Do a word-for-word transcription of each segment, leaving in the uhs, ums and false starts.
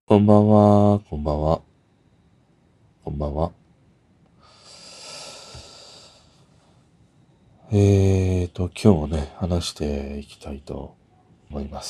こんばんは、こんばんは、こんばんは。えーと、今日もね、話していきたいと思います。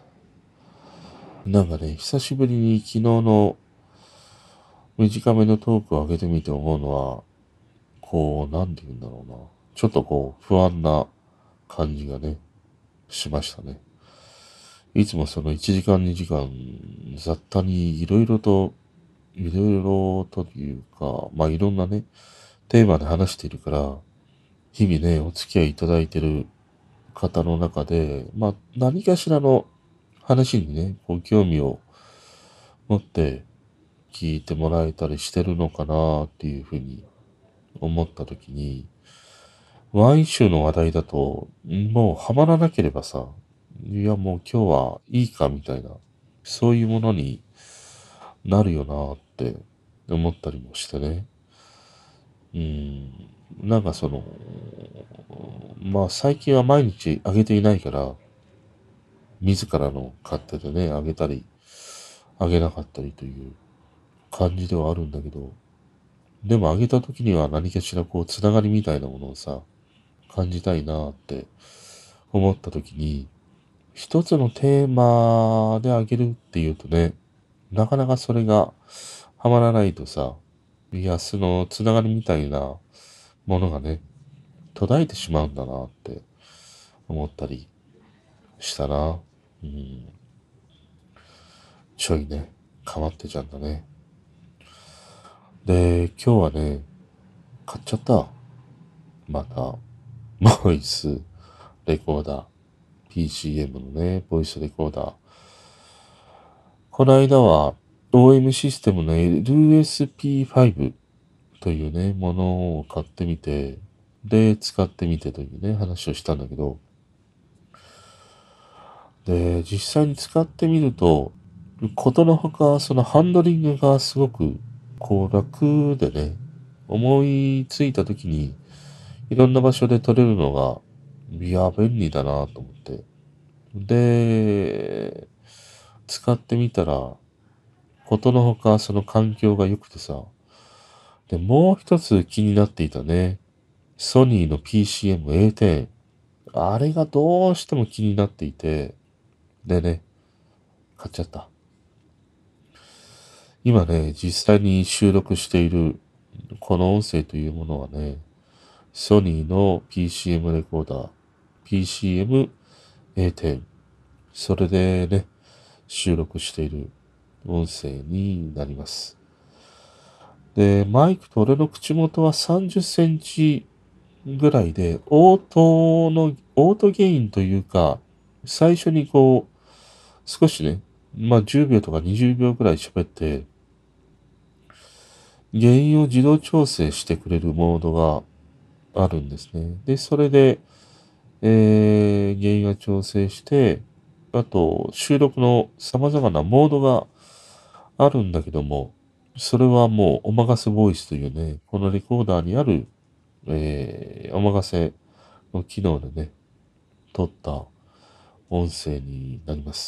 なんかね、久しぶりに昨日の短めのトークを上げてみて思うのは、こう、なんて言うんだろうな。ちょっとこう、不安な感じがね、しましたね。いつもそのいちじかんにじかん、雑多にいろいろと、いろいろというか、まあいろんなね、テーマで話しているから、日々ね、お付き合いいただいている方の中で、まあ、何かしらの話にね、こう興味を持って聞いてもらえたりしてるのかなっていうふうに思ったときに、ワイン州の話題だと、もうハマらなければさ、いやもう今日はいいかみたいな、そういうものになるよなって思ったりもしてね。うん、なんかその、まあ最近は毎日あげていないから、自らの勝手でね、あげたり、あげなかったりという感じではあるんだけど、でもあげた時には何かしらこう、つながりみたいなものをさ、感じたいなって思った時に、一つのテーマであげるっていうとね、なかなかそれがハマらないとさ、いや、そのつながりみたいなものがね、途絶えてしまうんだなって思ったりしたな。うん、ちょいね、かまってちゃんだね。で、今日はね、買っちゃった。また、ボイスレコーダー。ピーシーエム のね、ボイスレコーダー。この間は オーエム システムの エルエスピーファイブ というね、ものを買ってみて、で、使ってみてというね、話をしたんだけど、で、実際に使ってみると、ことのほか、そのハンドリングがすごく、こう楽でね、思いついた時に、いろんな場所で撮れるのが、いや、便利だなと思って。で、使ってみたら、ことのほかその環境が良くてさ。で、もう一つ気になっていたね。ソニーの ピーシーエムエーテン。あれがどうしても気になっていて、でね、買っちゃった。今ね、実際に収録しているこの音声というものはね、ソニーの ピーシーエム レコーダー、ピーシーエムエーテン。それでね、収録している音声になります。で、マイクと俺の口元はさんじゅっセンチぐらいで、オートの、オートゲインというか、最初にこう、少しね、まあじゅうびょうとかにじゅうびょうぐらい喋って、原因を自動調整してくれるモードがあるんですね。で、それで、えー、原因を調整して、あと、収録の様々なモードがあるんだけども、それはもうおまかせボイスというね、このレコーダーにある、えー、おまかせの機能でね、撮った音声になります。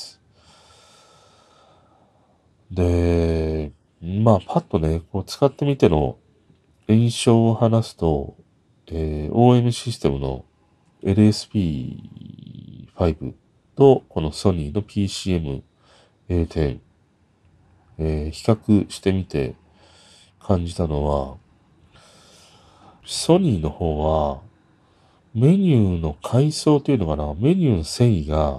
で、まあ、パッとね、こう使ってみての印象を話すと、えー、オーエム システムの エルエスピーファイブ とこのソニーの ピーシーエムエーテン、えー、比較してみて感じたのは、ソニーの方はメニューの階層というのかな、メニューの繊維が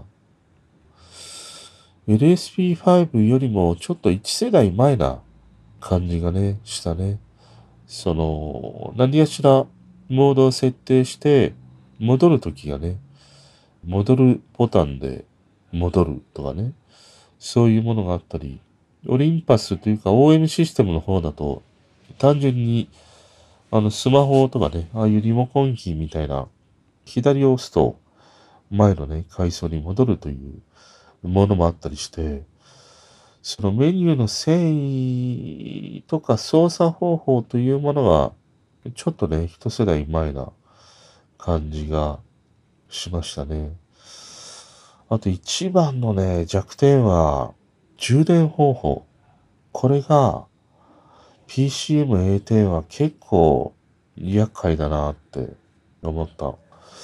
エルエスピーファイブ よりもちょっといち世代前な感じがね、したね。その、何かしらモードを設定して戻るときがね、戻るボタンで戻るとかね、そういうものがあったり、オリンパスというか オーエム システムの方だと、単純にあのスマホとかね、ああいうリモコンキーみたいな、左を押すと前のね、階層に戻るというものもあったりして、そのメニューの繊維とか操作方法というものが、ちょっとね、一世代前な感じがしましたね。あと一番のね、弱点は、 充電方法。これが ピーシーエムエーテン は結構厄介だなって思った。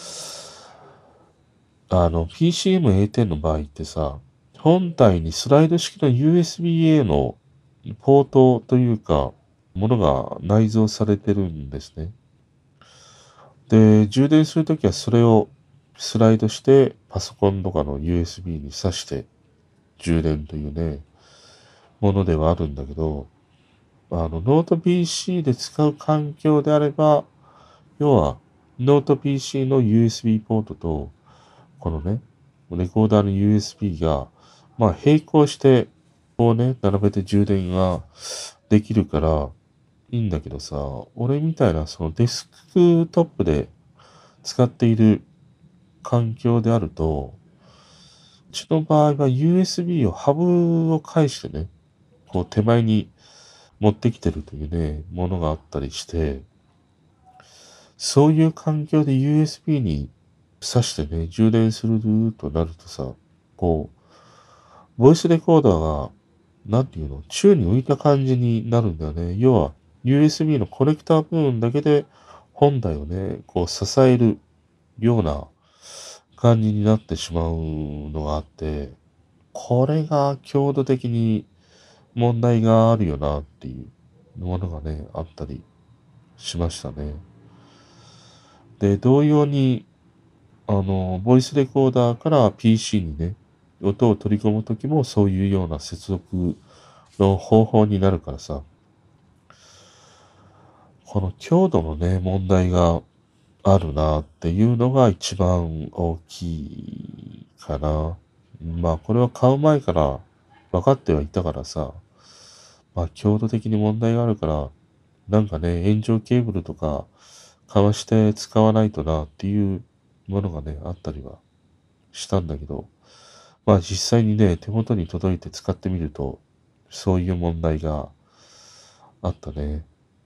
あの、ピーシーエムエーテン の場合ってさ、本体にスライド式の ユーエスビーエー のポートというか、ものが内蔵されてるんですね。で、充電するときはそれをスライドしてパソコンとかの ユーエスビー に挿して充電というね、ものではあるんだけど、あの、ノート ピーシー で使う環境であれば、要は、ノート ピーシー の ユーエスビー ポートと、このね、レコーダーの ユーエスビー が、まあ、並行して、こうね、並べて充電ができるから、いいんだけどさ、俺みたいなそのデスクトップで使っている環境であると、うちの場合は ユーエスビー をハブを介してね、こう手前に持ってきてるというね、ものがあったりして、そういう環境で ユーエスビー に挿してね、充電するとなるとさ、こう、ボイスレコーダーが、なんていうの、宙に浮いた感じになるんだよね。要は、ユーエスビー のコネクター部分だけで本体をね、こう支えるような感じになってしまうのがあって、これが強度的に問題があるよなっていうものがね、あったりしましたね。で、同様に、あの、ボイスレコーダーから ピーシー にね、音を取り込むときもそういうような接続の方法になるからさ、この強度のね、問題があるなっていうのが一番大きいかな。まあ、これは買う前から分かってはいたからさ、まあ、強度的に問題があるから、なんかね、延長ケーブルとか、かわして使わないとなっていうものがね、あったりはしたんだけど、まあ実際にね、手元に届いて使ってみると、そういう問題があったね。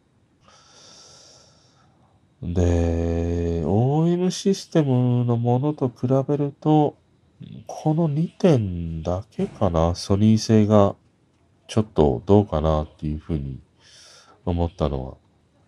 で、オーエム システムのものと比べると、このにてんだけかな、ソニー製がちょっとどうかなっていうふうに思ったのは。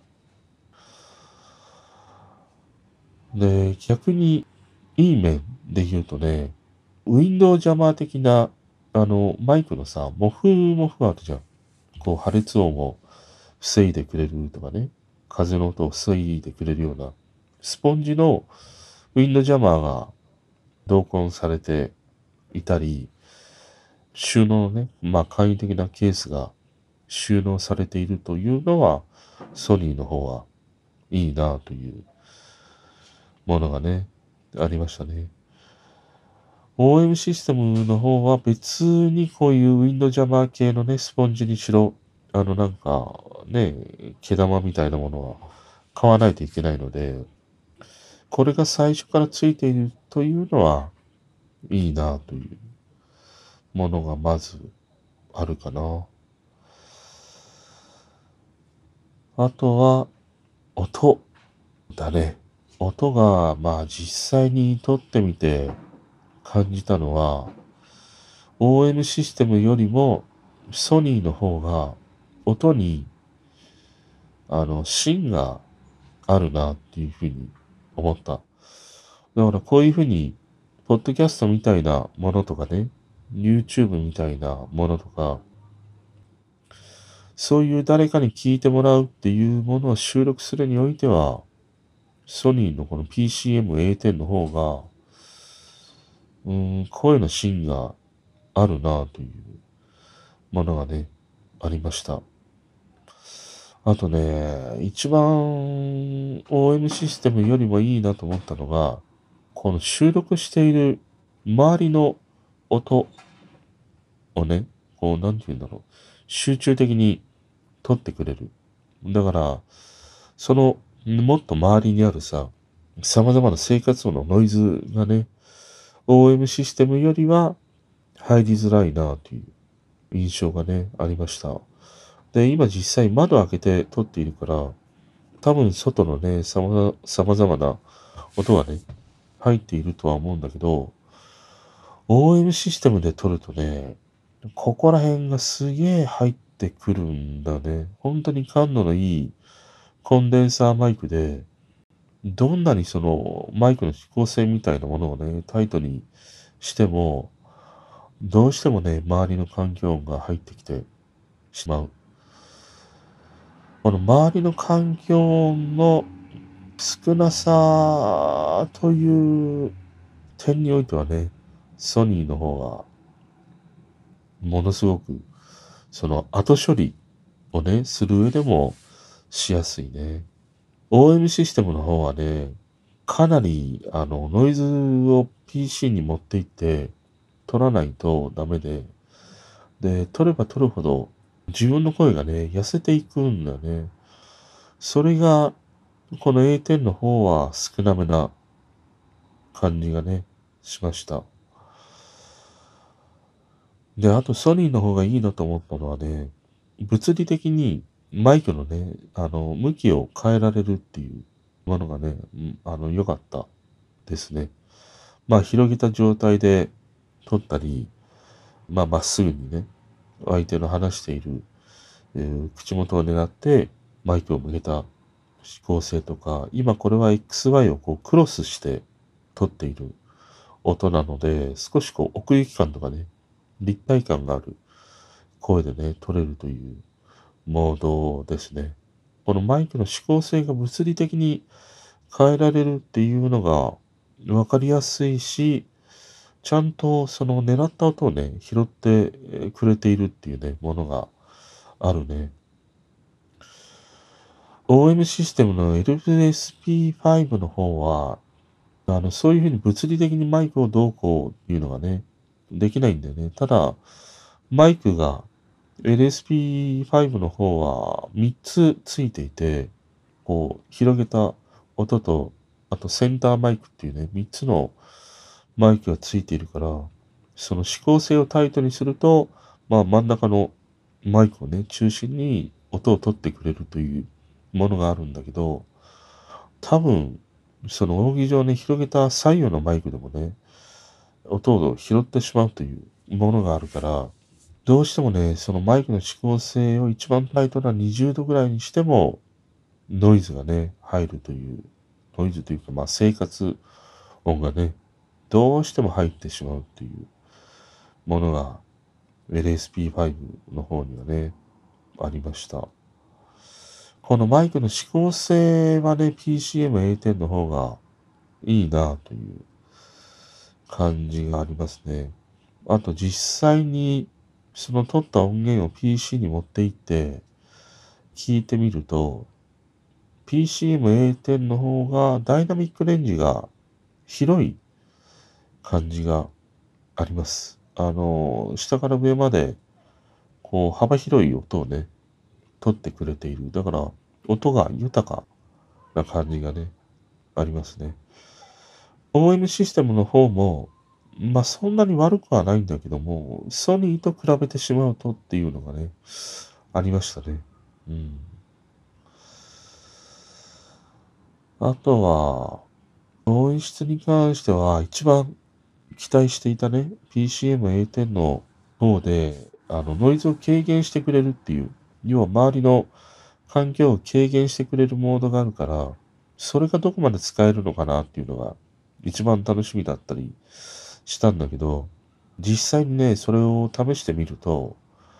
で、逆にいい面で言うとね、ウィンドウジャマー的な、あの、マイクのさ、モフモフあるじゃん。こう破裂音を防いでくれるとかね、風の音を防いでくれるような、スポンジのウィンドジャマーが同梱されていたり、収納のね、まあ簡易的なケースが収納されているというのは、ソニーの方はいいなというものがね、ありましたね。オーエム システムの方は別にこういうウィンドジャマー系のね、スポンジにしろ、あのなんかね、毛玉みたいなものは買わないといけないので、これが最初からついているというのはいいなというものがまずあるかな。あとは音だね。音がまあ実際に撮ってみて感じたのは、オーエム システムよりもソニーの方が音にあの芯があるなっていうふうに思った。だからこういうふうにポッドキャストみたいなものとかね、YouTube みたいなものとか、そういう誰かに聞いてもらうっていうものを収録するにおいては、ソニーのこの ピーシーエムエーテン の方が、うーん、声の芯があるなというものがね、ありました。あとね、一番 オーエム システムよりもいいなと思ったのが、この収録している周りの音をね、こう、なんて言うんだろう、集中的に取ってくれる。だから、その、もっと周りにあるさ、様々な生活音のノイズがね、オーエム システムよりは入りづらいなという印象がね、ありました。で、今実際窓開けて撮っているから、多分外のね、さま、様々な音がね、入っているとは思うんだけど、オーエム システムで撮るとね、 ここら辺がすげえ入ってくるんだね。本当に感度のいいコンデンサーマイクで、どんなにそのマイクの指向性みたいなものをね、タイトにしても、どうしてもね、周りの環境音が入ってきてしまう。この周りの環境音の少なさという点においてはね、ソニーの方がものすごくその後処理をね、する上でもしやすいね。オーエム システムの方はね、かなりあのノイズを ピーシー に持っていって取らないとダメで、で、取れば取るほど自分の声がね、痩せていくんだよね。それが、この エーテン の方は少なめな感じがね、しました。で、あとソニーの方がいいなと思ったのはね、物理的にマイクのね、あの、向きを変えられるっていうものがね、うんあの、良かったですね。まあ、広げた状態で撮ったり、まあ、まっすぐにね、相手の話している、えー口元を狙ってマイクを向けた指向性とか、今これは エックスワイ をこうクロスして撮っている音なので、少しこう奥行き感とかね、立体感がある声でね、撮れるというモードですね。このマイクの指向性が物理的に変えられるっていうのがわかりやすいし、ちゃんとその狙った音をね、拾ってくれているっていうね、ものがあるね。オーエム システムの エルエスピーファイブ の方は、あの、そういうふうに物理的にマイクをどうこうっていうのがね、できないんだよね。ただ、マイクが エルエスピーファイブ の方はみっつついていて、こう、広げた音と、あとセンターマイクっていうね、みっつのマイクがついているから、その指向性をタイトにすると、まあ真ん中のマイクをね、中心に音を取ってくれるというものがあるんだけど、多分、その扇状に広げた左右のマイクでもね、音を拾ってしまうというものがあるから、どうしてもね、そのマイクの指向性を一番タイトなにじゅうどぐらいにしても、ノイズがね、入るという、ノイズというか、まあ生活音がね、どうしても入ってしまうというものが エルエスピーファイブ の方にはね、ありました。このマイクの指向性はね、ピーシーエムエーテン の方がいいなという感じがありますね。あと実際にその取った音源を ピーシー に持っていって聞いてみると、ピーシーエムエーテン の方がダイナミックレンジが広い感じがあります。あの、下から上までこう幅広い音をね、取ってくれている。だから音が豊かな感じがね、ありますね。オーエム システムの方も、まあそんなに悪くはないんだけども、ソニーと比べてしまうとっていうのがね、ありましたね。うん。あとは、音質に関しては一番期待していたね、ピーシーエムエーテン の方で、あの、ノイズを軽減してくれるっていう、要は周りの環境を軽減してくれるモードがあるから、それがどこまで使えるのかなっていうのが一番楽しみだったりしたんだけど、実際にね、それを試してみると、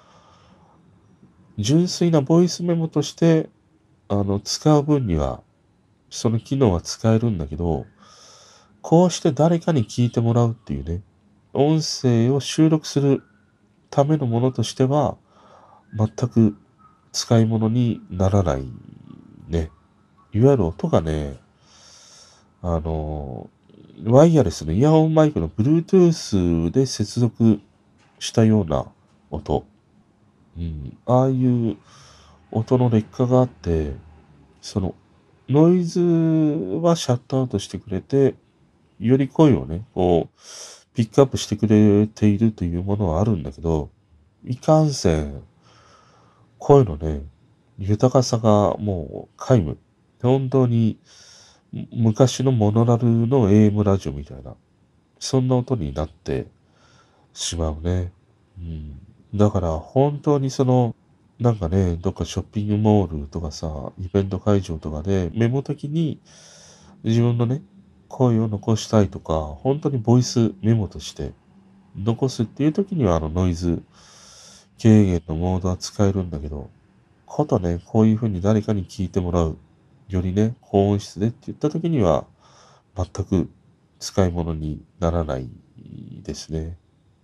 純粋なボイスメモとして、あの、使う分には、その機能は使えるんだけど、こうして誰かに聞いてもらうっていうね、音声を収録するためのものとしては、全く使い物にならないね。いわゆる音がね、あの、ワイヤレスのイヤホンマイクの Bluetooth で接続したような音。うん、ああいう音の劣化があって、そのノイズはシャットアウトしてくれて、より声をね、こう、ピックアップしてくれているというものはあるんだけど、いかんせん、声のね、豊かさがもう皆無。本当に昔のモノラルの エーエム ラジオみたいな、そんな音になってしまうね。うん。 だから本当にその、なんかね、どっかショッピングモールとかさ、イベント会場とかでメモ的に自分のね、声を残したいとか、本当にボイスメモとして残すっていう時にはあのノイズ軽減のモードは使えるんだけど、ことね、こういう風に誰かに聞いてもらう、よりね、高音質でって言った時には、全く使い物にならないですね。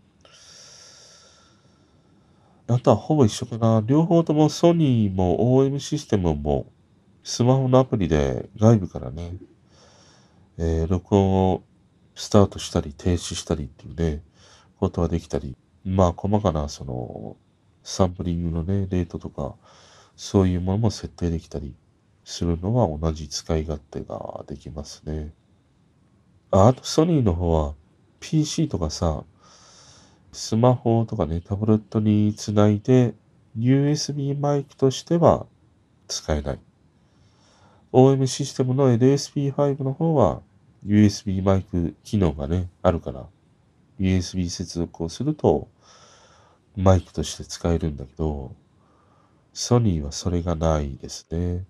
あとはほぼ一緒かな。両方ともソニーも オーエム システムもスマホのアプリで外部からね、えー録音をスタートしたり停止したりっていうね、ことはできたり、まあ細かなそのサンプリングのね、レートとか、そういうものも設定できたりするのは同じ使い勝手ができますね。あ、あとソニーの方は ピーシー とかさ、スマホとかね、タブレットにつないで ユーエスビー マイクとしては使えない。オーエム システムの エルエスピーファイブ の方は ユーエスビー マイク機能がね、あるから、ユーエスビー 接続をするとマイクとして使えるんだけど、ソニーはそれがないですね。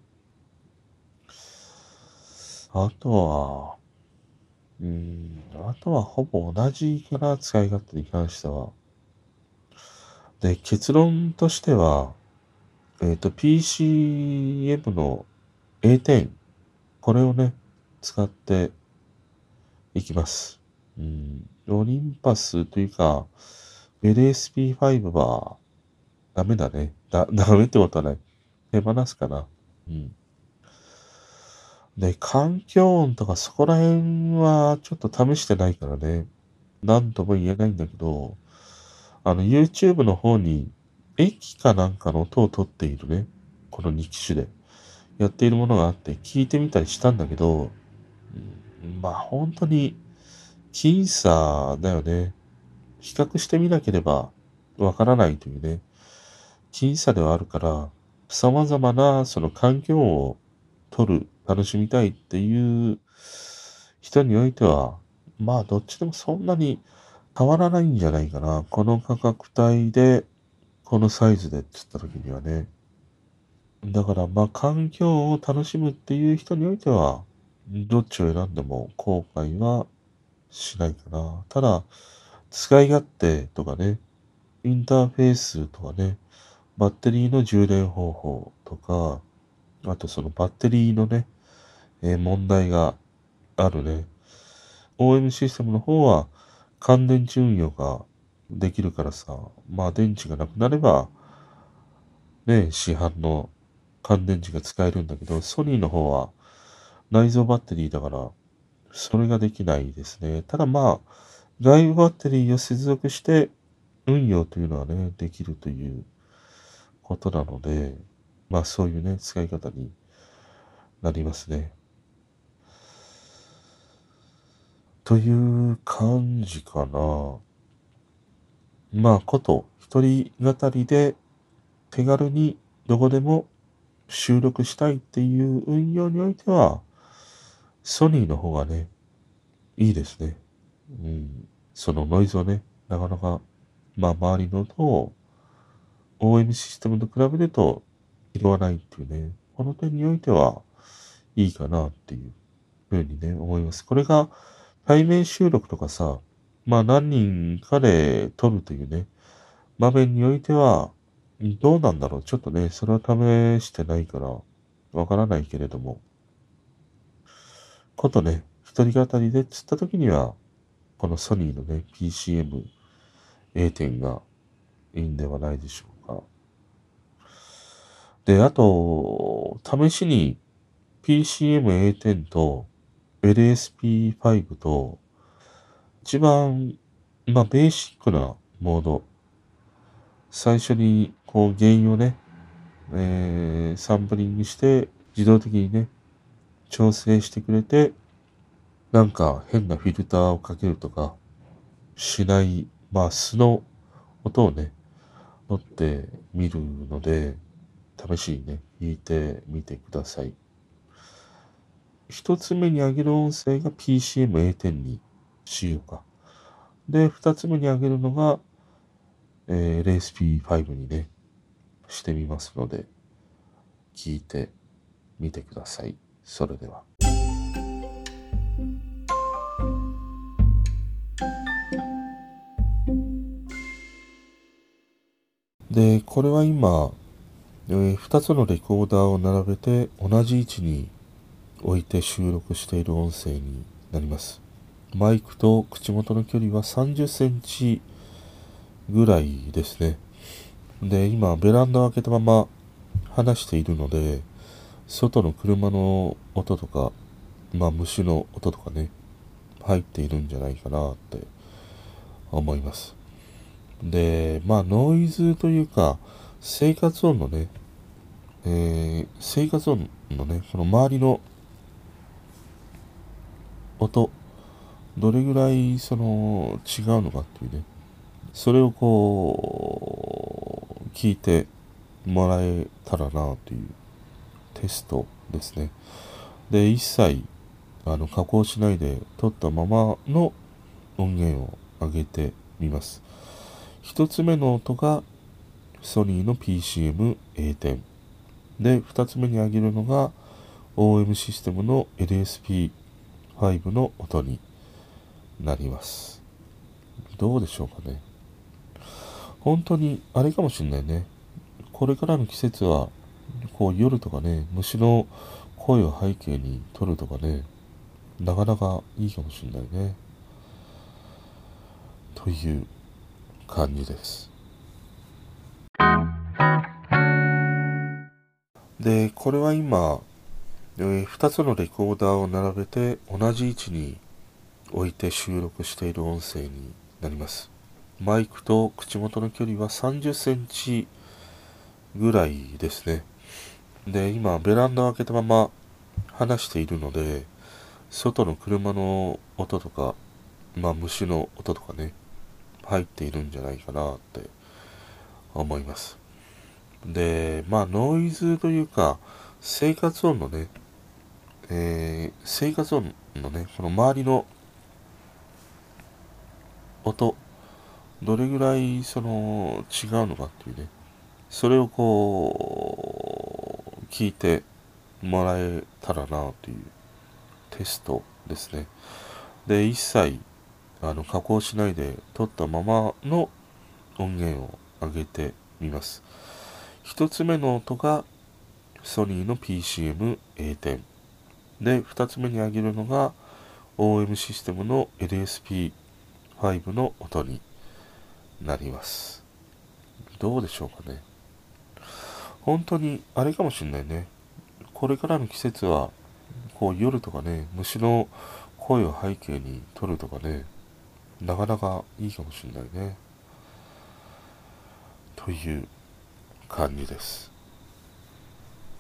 あとは、うーん、あとはほぼ同じかな、使い勝手に関しては。で、結論としては、えっと、ピーシーエム の エーテン、これをね、使っていきます。うん、オリンパスというか、エルエスピーファイブ はダメだね。だ、ダメってことはない。手放すかな。うん。で、環境音とかそこら辺はちょっと試してないからね。なんとも言えないんだけど、あの、YouTube の方に、駅かなんかの音を取っているね、このに機種でやっているものがあって聞いてみたりしたんだけど、うん、まあ本当に僅差だよね。比較してみなければわからないというね、僅差ではあるから、様々なその環境を取る、楽しみたいっていう人においては、まあどっちでもそんなに変わらないんじゃないかな。この価格帯で、このサイズでって言った時にはね。だからまあ環境を楽しむっていう人においては、どっちを選んでも後悔はしないかな。ただ、使い勝手とかね、インターフェースとかね、バッテリーの充電方法とか、あとそのバッテリーのね、えー問題があるね。オーエム システムの方は乾電池運用ができるからさ、まあ電池がなくなれば、ね、市販の乾電池が使えるんだけど、ソニーの方は内蔵バッテリーだから、それができないですね。ただまあ、外部バッテリーを接続して運用というのはね、できるということなので、まあそういうね、使い方になりますね。という感じかな。まあ、こと、一人語りで手軽にどこでも収録したいっていう運用においては、ソニーの方がね、いいですね。うん。そのノイズをね、なかなか、まあ、周りの音を オーエム システムと比べると拾わないっていうね、この点においてはいいかなっていうふうにね、思います。これが対面収録とかさ、まあ何人かで撮るというね、場面においては、どうなんだろう。ちょっとね、それは試してないから、わからないけれども、ことね、一人語りでっつった時には、このソニーのね、ピーシーエム A 点がいいんではないでしょうか。で、あと、試しに ピーシーエムエーテン と エルエスピーファイブ と、一番、まあ、ベーシックなモード、最初に、こう、原因をね、えー、サンプリングして、自動的にね、調整してくれて、なんか変なフィルターをかけるとかしない、まあ素の音をね、乗ってみるので、試しにね、聞いてみてください。一つ目に上げる音声が ピーシーエムエーテン にしようか。で、二つ目に上げるのが、 えー、エルエスピーファイブ にね、してみますので、聞いてみてください。それでは。で、これは今、えー、ふたつのレコーダーを並べて同じ位置に置いて収録している音声になります。マイクと口元の距離はさんじゅっセンチぐらいですね。で、今ベランダを開けたまま話しているので、外の車の音とか、まあ虫の音とかね、入っているんじゃないかなって思います。で、まあノイズというか、生活音のね、えー、生活音のね、この周りの音、どれぐらいその違うのかっていうね、それをこう聞いてもらえたらなというテストですね。で、一切あの加工しないで撮ったままの音源を上げてみます。一つ目の音がソニーの ピーシーエムエーテン で、二つ目に上げるのが オーエム システムの エルエスピーファイブ の音になります。どうでしょうかね。本当にあれかもしれないね。これからの季節はこう夜とかね、虫の声を背景に撮るとかね、なかなかいいかもしれないね。という感じです。で、これは今、えー、ふたつのレコーダーを並べて同じ位置に置いて収録している音声になります。マイクと口元の距離はさんじゅっセンチぐらいですね。で、今ベランダを開けたまま話しているので、外の車の音とか、まあ虫の音とかね、入っているんじゃないかなって思います。で、まあノイズというか、生活音のね、えー、生活音のね、この周りの音、どれぐらいその違うのかっていうね、それをこう聞いてもらえたらなというテストですね。で、一切あの加工しないで撮ったままの音源を上げてみます。一つ目の音がソニーの ピーシーエムエーテン で、二つ目に上げるのが オーエム システムの エルエスピーファイブ の音になります。どうでしょうかね。本当にあれかもしれないね。これからの季節はこう夜とかね、虫の声を背景に撮るとかね、なかなかいいかもしれないね。という感じです。